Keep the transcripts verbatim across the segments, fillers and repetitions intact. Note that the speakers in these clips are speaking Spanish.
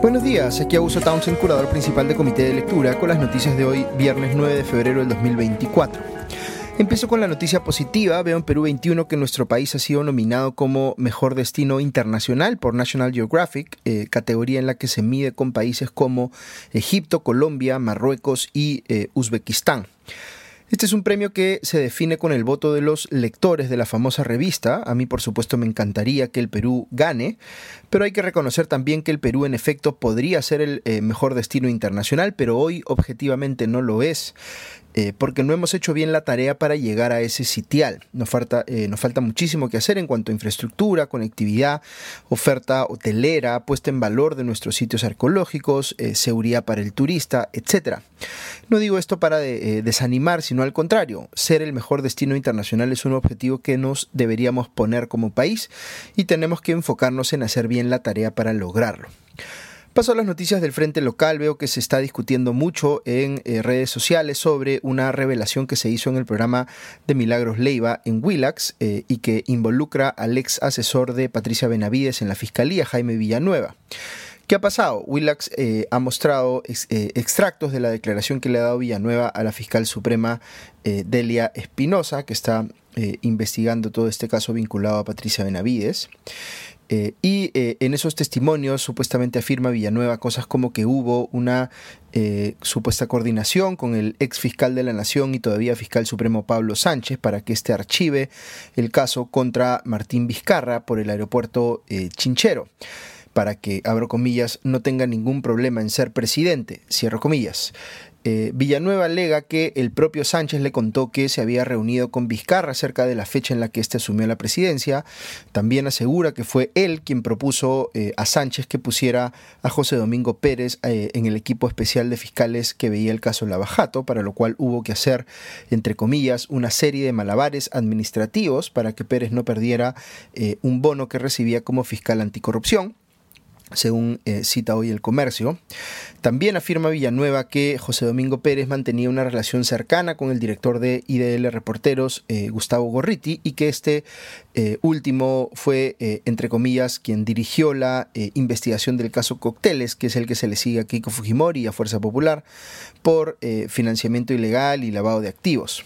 Buenos días, aquí Augusto Townsend, curador principal de Comité de Lectura, con las noticias de hoy, viernes nueve de febrero del dos mil veinticuatro. Empiezo con la noticia positiva. Veo en Perú veintiuno que nuestro país ha sido nominado como Mejor Destino Internacional por National Geographic, eh, categoría en la que se mide con países como Egipto, Colombia, Marruecos y eh, Uzbekistán. Este es un premio que se define con el voto de los lectores de la famosa revista. A mí, por supuesto, me encantaría que el Perú gane, pero hay que reconocer también que el Perú, en efecto, podría ser el eh, mejor destino internacional, pero hoy objetivamente no lo es. Eh, porque no hemos hecho bien la tarea para llegar a ese sitial. Nos falta, eh, nos falta muchísimo que hacer en cuanto a infraestructura, conectividad, oferta hotelera, puesta en valor de nuestros sitios arqueológicos, eh, seguridad para el turista, etcétera. No digo esto para de, eh, desanimar, sino al contrario. Ser el mejor destino internacional es un objetivo que nos deberíamos poner como país y tenemos que enfocarnos en hacer bien la tarea para lograrlo. Paso a las noticias del frente local. Veo que se está discutiendo mucho en eh, redes sociales sobre una revelación que se hizo en el programa de Milagros Leiva en Willax eh, y que involucra al ex asesor de Patricia Benavides en la Fiscalía, Jaime Villanueva. ¿Qué ha pasado? Willax eh, ha mostrado ex, eh, extractos de la declaración que le ha dado Villanueva a la fiscal suprema eh, Delia Espinosa, que está eh, investigando todo este caso vinculado a Patricia Benavides. Eh, y eh, en esos testimonios supuestamente afirma Villanueva cosas como que hubo una eh, supuesta coordinación con el ex fiscal de la Nación y todavía fiscal supremo Pablo Sánchez para que éste archive el caso contra Martín Vizcarra por el aeropuerto eh, Chinchero, para que, abro comillas, no tenga ningún problema en ser presidente, cierro comillas. Eh, Villanueva alega que el propio Sánchez le contó que se había reunido con Vizcarra cerca de la fecha en la que éste asumió la presidencia. También asegura que fue él quien propuso eh, a Sánchez que pusiera a José Domingo Pérez eh, en el equipo especial de fiscales que veía el caso Lava Jato, para lo cual hubo que hacer, entre comillas, una serie de malabares administrativos para que Pérez no perdiera eh, un bono que recibía como fiscal anticorrupción, según eh, cita hoy El Comercio. También afirma Villanueva que José Domingo Pérez mantenía una relación cercana con el director de I D L Reporteros, eh, Gustavo Gorriti, y que este eh, último fue, eh, entre comillas, quien dirigió la eh, investigación del caso Cócteles, que es el que se le sigue a Keiko Fujimori y a Fuerza Popular, por eh, financiamiento ilegal y lavado de activos.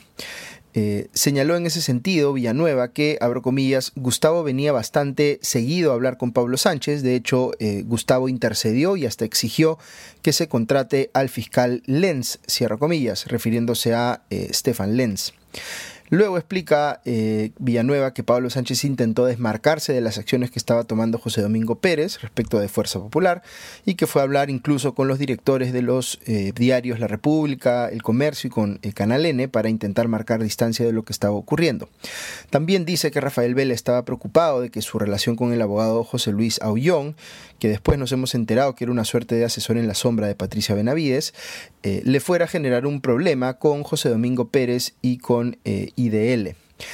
Eh, señaló en ese sentido Villanueva que, abro comillas, Gustavo venía bastante seguido a hablar con Pablo Sánchez. De hecho, eh, Gustavo intercedió y hasta exigió que se contrate al fiscal Lenz, cierro comillas, refiriéndose a eh, Stefan Lenz. Luego explica eh, Villanueva que Pablo Sánchez intentó desmarcarse de las acciones que estaba tomando José Domingo Pérez respecto de Fuerza Popular y que fue a hablar incluso con los directores de los eh, diarios La República, El Comercio y con el Canal N para intentar marcar distancia de lo que estaba ocurriendo. También dice que Rafael Vela estaba preocupado de que su relación con el abogado José Luis Aullón, que después nos hemos enterado que era una suerte de asesor en la sombra de Patricia Benavides, eh, le fuera a generar un problema con José Domingo Pérez y con eh, I D L.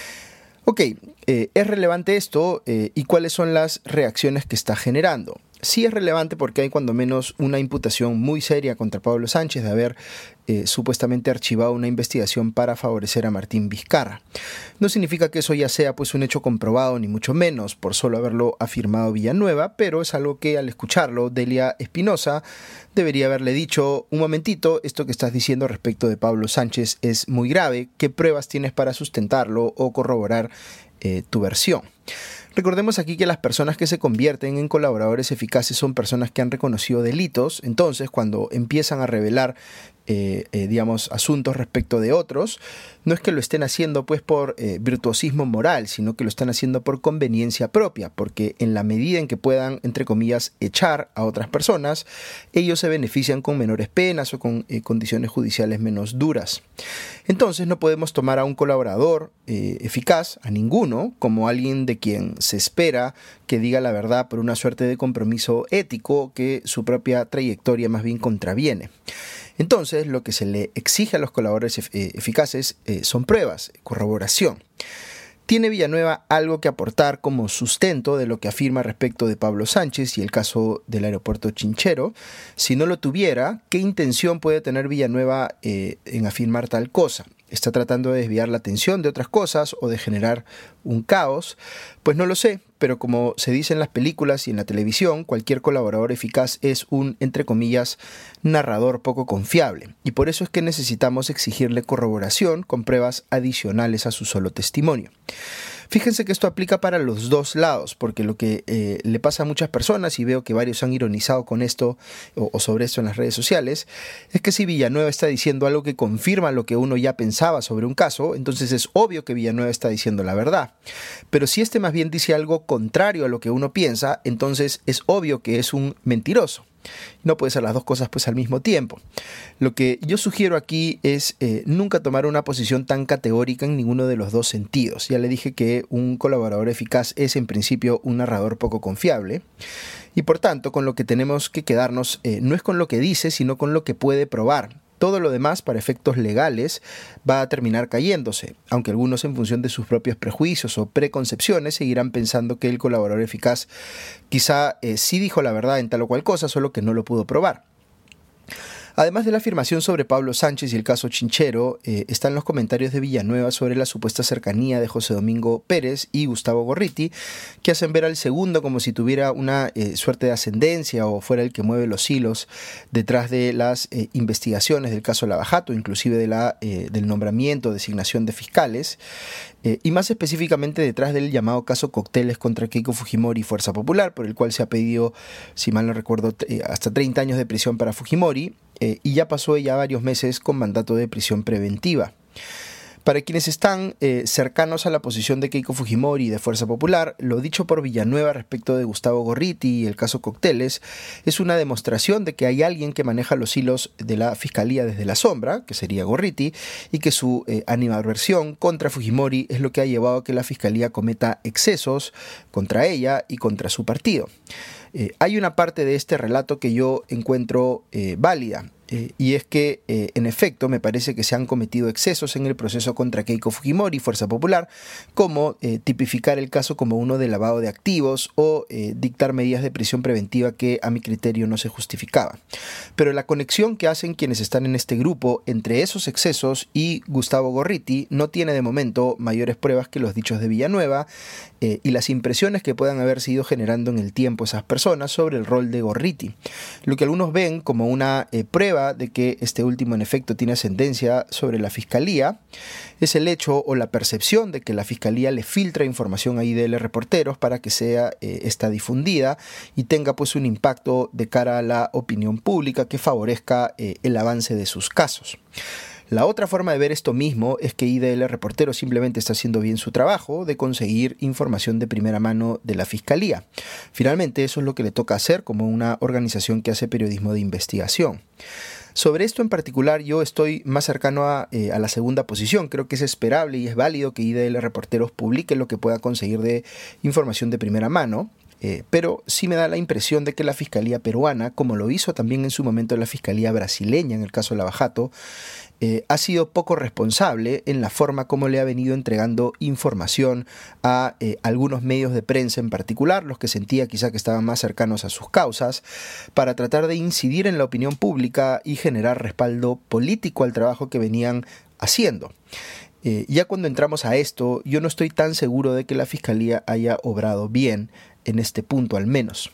Ok, eh, ¿es relevante esto eh, y cuáles son las reacciones que está generando? Sí es relevante porque hay cuando menos una imputación muy seria contra Pablo Sánchez de haber eh, supuestamente archivado una investigación para favorecer a Martín Vizcarra. No significa que eso ya sea pues un hecho comprobado, ni mucho menos por solo haberlo afirmado Villanueva, pero es algo que al escucharlo Delia Espinosa debería haberle dicho: un momentito, esto que estás diciendo respecto de Pablo Sánchez es muy grave, ¿qué pruebas tienes para sustentarlo o corroborar eh, tu versión? Recordemos aquí que las personas que se convierten en colaboradores eficaces son personas que han reconocido delitos. Entonces, cuando empiezan a revelar eh, eh, digamos, asuntos respecto de otros, no es que lo estén haciendo pues por eh, virtuosismo moral, sino que lo están haciendo por conveniencia propia, porque en la medida en que puedan, entre comillas, echar a otras personas, ellos se benefician con menores penas o con eh, condiciones judiciales menos duras. Entonces no podemos tomar a un colaborador eh, eficaz, a ninguno, como alguien de quien se espera que diga la verdad por una suerte de compromiso ético que su propia trayectoria más bien contraviene. Entonces, lo que se le exige a los colaboradores eficaces eh, son pruebas, corroboración. ¿Tiene Villanueva algo que aportar como sustento de lo que afirma respecto de Pablo Sánchez y el caso del aeropuerto Chinchero? Si no lo tuviera, ¿qué intención puede tener Villanueva eh, en afirmar tal cosa? ¿Está tratando de desviar la atención de otras cosas o de generar un caos? Pues no lo sé, pero como se dice en las películas y en la televisión, cualquier colaborador eficaz es un, entre comillas, narrador poco confiable. Y por eso es que necesitamos exigirle corroboración con pruebas adicionales a su solo testimonio. Fíjense que esto aplica para los dos lados, porque lo que eh, le pasa a muchas personas, y veo que varios han ironizado con esto o, o sobre esto en las redes sociales, es que si Villanueva está diciendo algo que confirma lo que uno ya pensaba sobre un caso, entonces es obvio que Villanueva está diciendo la verdad. Pero si este más bien dice algo contrario a lo que uno piensa, entonces es obvio que es un mentiroso. No puede ser las dos cosas pues al mismo tiempo. Lo que yo sugiero aquí es eh, nunca tomar una posición tan categórica en ninguno de los dos sentidos. Ya le dije que un colaborador eficaz es en principio un narrador poco confiable y por tanto con lo que tenemos que quedarnos eh, no es con lo que dice, sino con lo que puede probar. Todo lo demás, para efectos legales, va a terminar cayéndose, aunque algunos en función de sus propios prejuicios o preconcepciones seguirán pensando que el colaborador eficaz quizá eh, sí dijo la verdad en tal o cual cosa, solo que no lo pudo probar. Además de la afirmación sobre Pablo Sánchez y el caso Chinchero, eh, están los comentarios de Villanueva sobre la supuesta cercanía de José Domingo Pérez y Gustavo Gorriti, que hacen ver al segundo como si tuviera una eh, suerte de ascendencia o fuera el que mueve los hilos detrás de las eh, investigaciones del caso Lava Jato, inclusive de la, eh, del nombramiento o designación de fiscales, eh, y más específicamente detrás del llamado caso Cócteles contra Keiko Fujimori y Fuerza Popular, por el cual se ha pedido, si mal no recuerdo, eh, hasta treinta años de prisión para Fujimori, Eh, y ya pasó ya varios meses con mandato de prisión preventiva. Para quienes están eh, cercanos a la posición de Keiko Fujimori y de Fuerza Popular, lo dicho por Villanueva respecto de Gustavo Gorriti y el caso Cócteles es una demostración de que hay alguien que maneja los hilos de la Fiscalía desde la sombra, que sería Gorriti, y que su eh, animadversión contra Fujimori es lo que ha llevado a que la Fiscalía cometa excesos contra ella y contra su partido. Eh, hay una parte de este relato que yo encuentro eh, válida, eh, y es que, eh, en efecto, me parece que se han cometido excesos en el proceso contra Keiko Fujimori y Fuerza Popular, como eh, tipificar el caso como uno de lavado de activos o eh, dictar medidas de prisión preventiva que a mi criterio no se justificaban. Pero la conexión que hacen quienes están en este grupo entre esos excesos y Gustavo Gorriti no tiene de momento mayores pruebas que los dichos de Villanueva eh, y las impresiones que puedan haber sido generando en el tiempo esas personas sobre el rol de Gorriti. Lo que algunos ven como una eh, prueba de que este último en efecto tiene ascendencia sobre la Fiscalía es el hecho o la percepción de que la Fiscalía le filtra información a I D L reporteros para que sea eh, esta difundida y tenga pues un impacto de cara a la opinión pública que favorezca eh, el avance de sus casos. La otra forma de ver esto mismo es que I D L Reportero simplemente está haciendo bien su trabajo de conseguir información de primera mano de la Fiscalía. Finalmente, eso es lo que le toca hacer como una organización que hace periodismo de investigación. Sobre esto en particular yo estoy más cercano a, eh, a la segunda posición. Creo que es esperable y es válido que I D L Reporteros publique lo que pueda conseguir de información de primera mano. Eh, pero sí me da la impresión de que la Fiscalía peruana, como lo hizo también en su momento la Fiscalía brasileña en el caso Lava Jato, eh, ha sido poco responsable en la forma como le ha venido entregando información a eh, algunos medios de prensa en particular, los que sentía quizá que estaban más cercanos a sus causas, para tratar de incidir en la opinión pública y generar respaldo político al trabajo que venían haciendo. Eh, ya cuando entramos a esto, yo no estoy tan seguro de que la Fiscalía haya obrado bien en este punto al menos.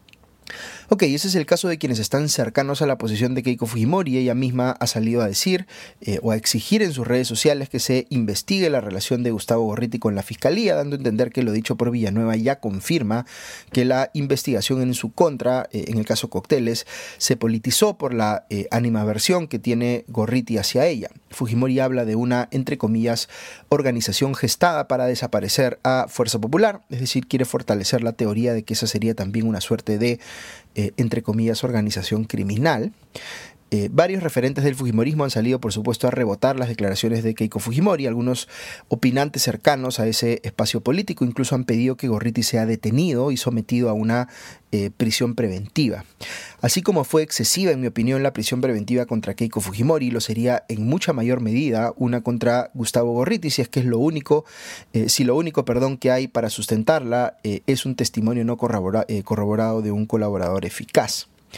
Ok, ese es el caso de quienes están cercanos a la posición de Keiko Fujimori. Ella misma ha salido a decir eh, o a exigir en sus redes sociales que se investigue la relación de Gustavo Gorriti con la Fiscalía, dando a entender que lo dicho por Villanueva ya confirma que la investigación en su contra, eh, en el caso Cócteles, se politizó por la eh, animadversión que tiene Gorriti hacia ella. Fujimori habla de una, entre comillas, organización gestada para desaparecer a Fuerza Popular, es decir, quiere fortalecer la teoría de que esa sería también una suerte de Eh, entre comillas, organización criminal. Eh, varios referentes del fujimorismo han salido, por supuesto, a rebotar las declaraciones de Keiko Fujimori. Algunos opinantes cercanos a ese espacio político incluso han pedido que Gorriti sea detenido y sometido a una eh, prisión preventiva. Así como fue excesiva, en mi opinión, la prisión preventiva contra Keiko Fujimori, lo sería en mucha mayor medida una contra Gustavo Gorriti, si es que es lo único, eh, si lo único, perdón, que hay para sustentarla eh, es un testimonio no corrobora, eh, corroborado de un colaborador eficaz.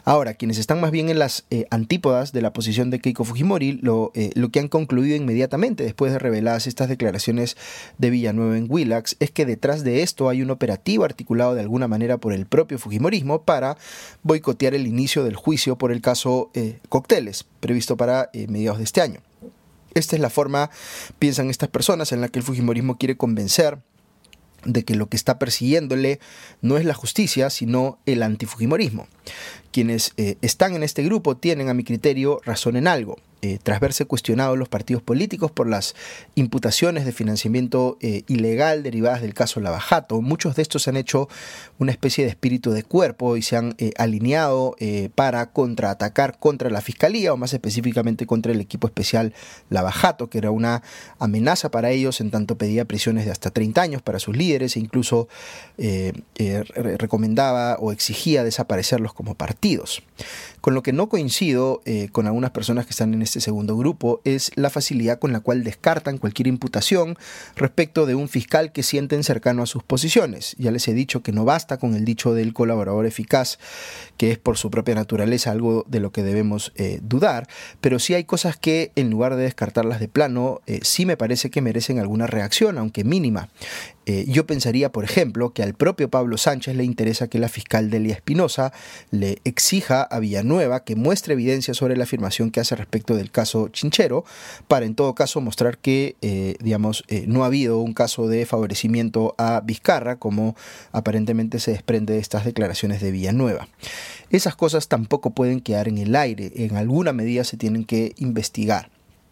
Ahora, quienes están más bien en las eh, antípodas de la posición de Keiko Fujimori, lo, eh, lo que han concluido inmediatamente después de reveladas estas declaraciones de Villanueva en Willax es que detrás de esto hay un operativo articulado de alguna manera por el propio fujimorismo para boicotear el inicio del juicio por el caso eh, Cócteles, previsto para eh, mediados de este año. Esta es la forma, piensan estas personas, en la que el fujimorismo quiere convencer de que lo que está persiguiéndole no es la justicia, sino el antifujimorismo. Quienes eh, están en este grupo tienen, a mi criterio, razón en algo. Eh, tras verse cuestionados los partidos políticos por las imputaciones de financiamiento eh, ilegal derivadas del caso Lava Jato, muchos de estos han hecho una especie de espíritu de cuerpo y se han eh, alineado eh, para contraatacar contra la fiscalía, o más específicamente contra el equipo especial Lava Jato, que era una amenaza para ellos, en tanto pedía prisiones de hasta treinta años para sus líderes e incluso eh, eh, recomendaba o exigía desaparecerlos como partidos. Con lo que no coincido eh, con algunas personas que están en este segundo grupo es la facilidad con la cual descartan cualquier imputación respecto de un fiscal que sienten cercano a sus posiciones. Ya les he dicho que no basta con el dicho del colaborador eficaz, que es por su propia naturaleza algo de lo que debemos eh, dudar, pero sí hay cosas que, en lugar de descartarlas de plano, eh, sí me parece que merecen alguna reacción, aunque mínima. Eh, yo pensaría, por ejemplo, que al propio Pablo Sánchez le interesa que la fiscal Delia Espinosa le exija a Villanueva que muestre evidencia sobre la afirmación que hace respecto del caso Chinchero, para en todo caso mostrar que eh, digamos, eh, no ha habido un caso de favorecimiento a Vizcarra, como aparentemente se desprende de estas declaraciones de Villanueva. Esas cosas tampoco pueden quedar en el aire, en alguna medida se tienen que investigar.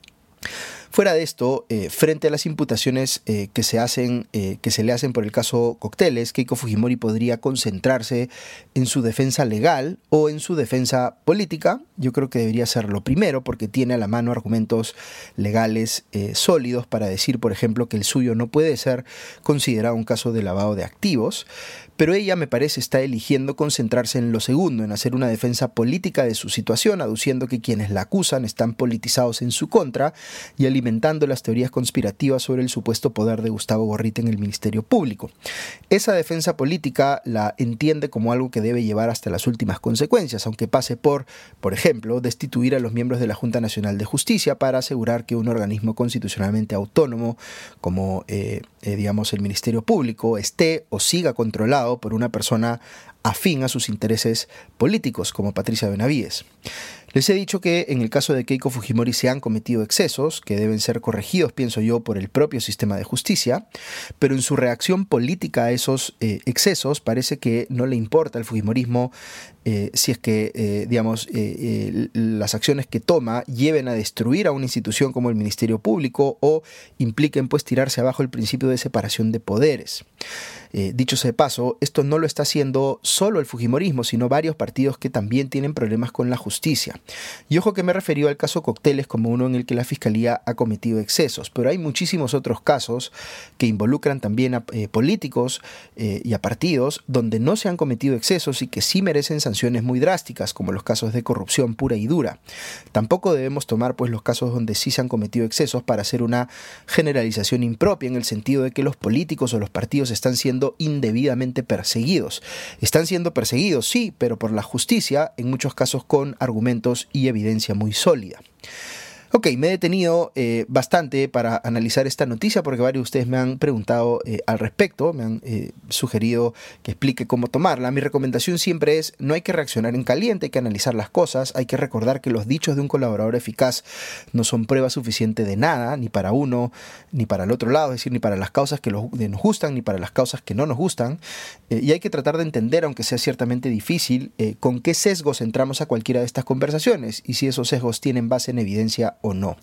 Fuera de esto, eh, frente a las imputaciones eh, que, se hacen, eh, que se le hacen por el caso Cócteles, Keiko Fujimori podría concentrarse en su defensa legal o en su defensa política. Yo creo que debería ser lo primero, porque tiene a la mano argumentos legales eh, sólidos para decir, por ejemplo, que el suyo no puede ser considerado un caso de lavado de activos. Pero ella, me parece, está eligiendo concentrarse en lo segundo, en hacer una defensa política de su situación, aduciendo que quienes la acusan están politizados en su contra y alimentando las teorías conspirativas sobre el supuesto poder de Gustavo Gorriti en el Ministerio Público. Esa defensa política la entiende como algo que debe llevar hasta las últimas consecuencias, aunque pase por, por ejemplo, destituir a los miembros de la Junta Nacional de Justicia para asegurar que un organismo constitucionalmente autónomo, como eh, eh, digamos el Ministerio Público, esté o siga controlado por una persona afín a sus intereses políticos, como Patricia Benavides. Les he dicho que en el caso de Keiko Fujimori se han cometido excesos que deben ser corregidos, pienso yo, por el propio sistema de justicia, pero en su reacción política a esos eh, excesos parece que no le importa al fujimorismo eh, si es que, eh, digamos, eh, eh, las acciones que toma lleven a destruir a una institución como el Ministerio Público o impliquen pues tirarse abajo el principio de separación de poderes. Eh, dicho sea de paso, esto no lo está haciendo solo el fujimorismo, sino varios partidos que también tienen problemas con la justicia. Y ojo que me he referido al caso Cócteles como uno en el que la Fiscalía ha cometido excesos, pero hay muchísimos otros casos que involucran también a eh, políticos eh, y a partidos donde no se han cometido excesos y que sí merecen sanciones muy drásticas, como los casos de corrupción pura y dura. Tampoco debemos tomar pues los casos donde sí se han cometido excesos para hacer una generalización impropia, en el sentido de que los políticos o los partidos están siendo indebidamente perseguidos. Están siendo perseguidos, sí, pero por la justicia, en muchos casos con argumentos y evidencia muy sólida. Ok, me he detenido eh, bastante para analizar esta noticia porque varios de ustedes me han preguntado eh, al respecto, me han eh, sugerido que explique cómo tomarla. Mi recomendación siempre es: no hay que reaccionar en caliente, hay que analizar las cosas, hay que recordar que los dichos de un colaborador eficaz no son prueba suficiente de nada, ni para uno, ni para el otro lado, es decir, ni para las causas que nos gustan, ni para las causas que no nos gustan, eh, y hay que tratar de entender, aunque sea ciertamente difícil, eh, con qué sesgos entramos a cualquiera de estas conversaciones y si esos sesgos tienen base en evidencia o no.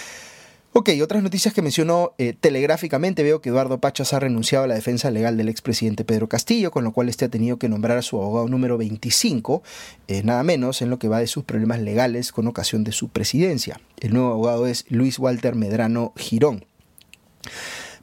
Ok, otras noticias que menciono eh, telegráficamente. Veo que Eduardo Pachas ha renunciado a la defensa legal del expresidente Pedro Castillo, con lo cual este ha tenido que nombrar a su abogado número veinticinco, eh, nada menos en lo que va de sus problemas legales con ocasión de su presidencia. El nuevo abogado es Luis Walter Medrano Girón.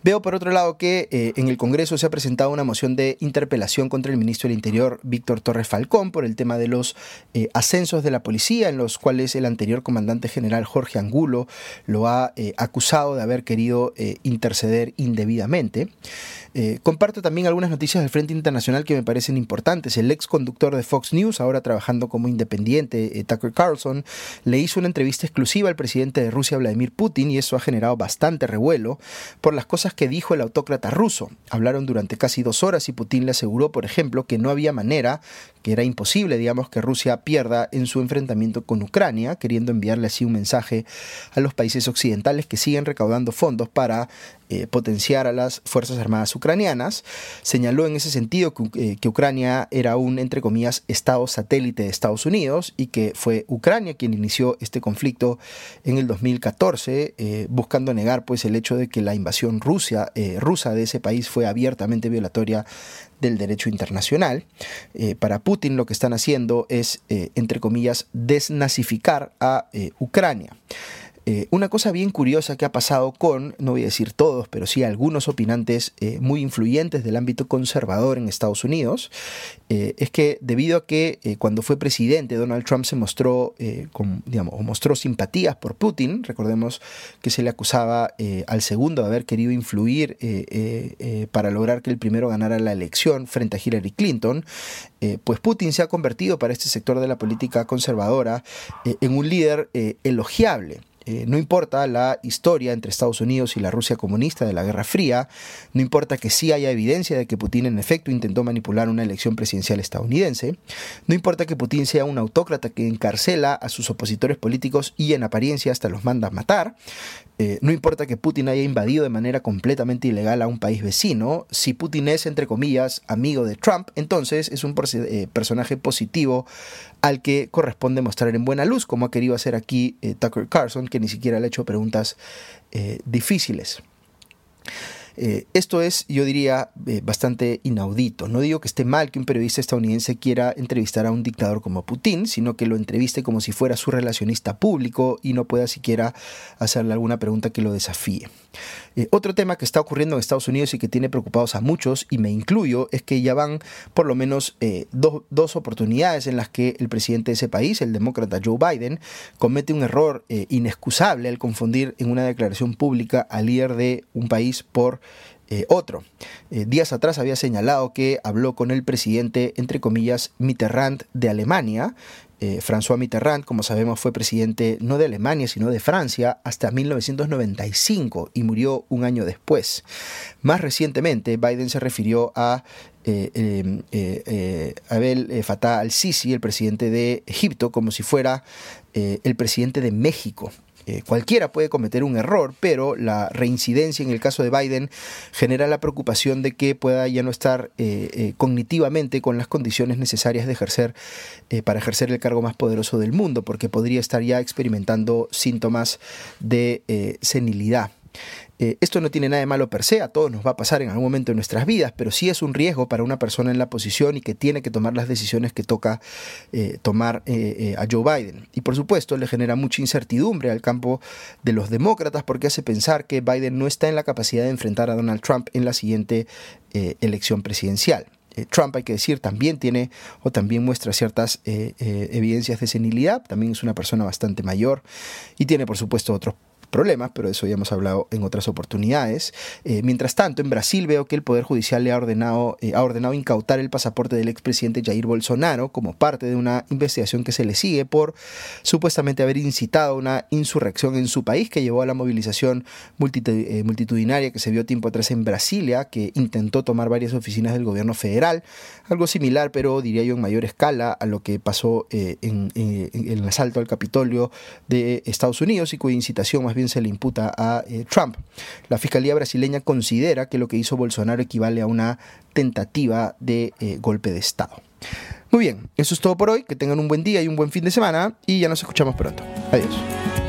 Veo por otro lado que eh, en el Congreso se ha presentado una moción de interpelación contra el ministro del Interior, Víctor Torres Falcón, por el tema de los eh, ascensos de la policía, en los cuales el anterior comandante general Jorge Angulo lo ha eh, acusado de haber querido eh, interceder indebidamente. Eh, comparto también algunas noticias del Frente Internacional que me parecen importantes. El ex conductor de Fox News, ahora trabajando como independiente, eh, Tucker Carlson, le hizo una entrevista exclusiva al presidente de Rusia, Vladimir Putin, y eso ha generado bastante revuelo por las cosas que dijo el autócrata ruso. Hablaron durante casi dos horas y Putin le aseguró, por ejemplo, que no había manera, que era imposible, digamos, que Rusia pierda en su enfrentamiento con Ucrania, queriendo enviarle así un mensaje a los países occidentales que siguen recaudando fondos para eh, potenciar a las Fuerzas Armadas ucranianas. Señaló en ese sentido que, eh, que Ucrania era un, entre comillas, estado satélite de Estados Unidos y que fue Ucrania quien inició este conflicto en el dos mil catorce, eh, buscando negar pues el hecho de que la invasión Rusia, eh, rusa de ese país fue abiertamente violatoria del derecho internacional. Eh, para Putin lo que están haciendo es, eh, entre comillas, desnazificar a eh, Ucrania. Eh, una cosa bien curiosa que ha pasado con, no voy a decir todos, pero sí algunos opinantes eh, muy influyentes del ámbito conservador en Estados Unidos, eh, es que debido a que eh, cuando fue presidente Donald Trump se mostró, eh, con, digamos, mostró simpatías por Putin. Recordemos que se le acusaba eh, al segundo de haber querido influir eh, eh, eh, para lograr que el primero ganara la elección frente a Hillary Clinton. Eh, pues Putin se ha convertido para este sector de la política conservadora eh, en un líder eh, elogiable. Eh, no importa la historia entre Estados Unidos y la Rusia comunista de la Guerra Fría, no importa que sí haya evidencia de que Putin en efecto intentó manipular una elección presidencial estadounidense, no importa que Putin sea un autócrata que encarcela a sus opositores políticos y en apariencia hasta los manda a matar, eh, no importa que Putin haya invadido de manera completamente ilegal a un país vecino, si Putin es, entre comillas, amigo de Trump, entonces es un eh, personaje positivo al que corresponde mostrar en buena luz, como ha querido hacer aquí eh, Tucker Carlson, que ni siquiera le ha hecho preguntas eh, difíciles. Eh, esto es, yo diría, eh, bastante inaudito. No digo que esté mal que un periodista estadounidense quiera entrevistar a un dictador como Putin, sino que lo entreviste como si fuera su relacionista público y no pueda siquiera hacerle alguna pregunta que lo desafíe. Eh, otro tema que está ocurriendo en Estados Unidos y que tiene preocupados a muchos, y me incluyo, es que ya van por lo menos eh, do, dos oportunidades en las que el presidente de ese país, el demócrata Joe Biden, comete un error eh, inexcusable al confundir en una declaración pública al líder de un país por Eh, otro. Eh, días atrás había señalado que habló con el presidente, entre comillas, Mitterrand de Alemania. Eh, François Mitterrand, como sabemos, fue presidente no de Alemania, sino de Francia hasta mil novecientos noventa y cinco y murió un año después. Más recientemente, Biden se refirió a eh, eh, eh, Abdel Fattah al-Sisi, el presidente de Egipto, como si fuera eh, el presidente de México. Eh, cualquiera puede cometer un error, pero la reincidencia en el caso de Biden genera la preocupación de que pueda ya no estar eh, eh, cognitivamente con las condiciones necesarias de ejercer eh, para ejercer el cargo más poderoso del mundo, porque podría estar ya experimentando síntomas de eh, senilidad. Eh, esto no tiene nada de malo per se, a todos nos va a pasar en algún momento de nuestras vidas, pero sí es un riesgo para una persona en la posición y que tiene que tomar las decisiones que toca eh, tomar eh, eh, a Joe Biden. Y por supuesto le genera mucha incertidumbre al campo de los demócratas porque hace pensar que Biden no está en la capacidad de enfrentar a Donald Trump en la siguiente eh, elección presidencial. Eh, Trump, hay que decir, también tiene o también muestra ciertas eh, eh, evidencias de senilidad, también es una persona bastante mayor y tiene por supuesto otros problemas, pero de eso ya hemos hablado en otras oportunidades. Eh, mientras tanto, en Brasil veo que el Poder Judicial le ha ordenado, eh, ha ordenado incautar el pasaporte del expresidente Jair Bolsonaro como parte de una investigación que se le sigue por supuestamente haber incitado una insurrección en su país que llevó a la movilización multitud- eh, multitudinaria que se vio tiempo atrás en Brasilia, que intentó tomar varias oficinas del gobierno federal. Algo similar, pero diría yo en mayor escala a lo que pasó eh, en, en, en el asalto al Capitolio de Estados Unidos y cuya incitación más bien se le imputa a eh, Trump. La Fiscalía brasileña considera que lo que hizo Bolsonaro equivale a una tentativa de eh, golpe de Estado. Muy bien, eso es todo por hoy. Que tengan un buen día y un buen fin de semana y ya nos escuchamos pronto. Adiós.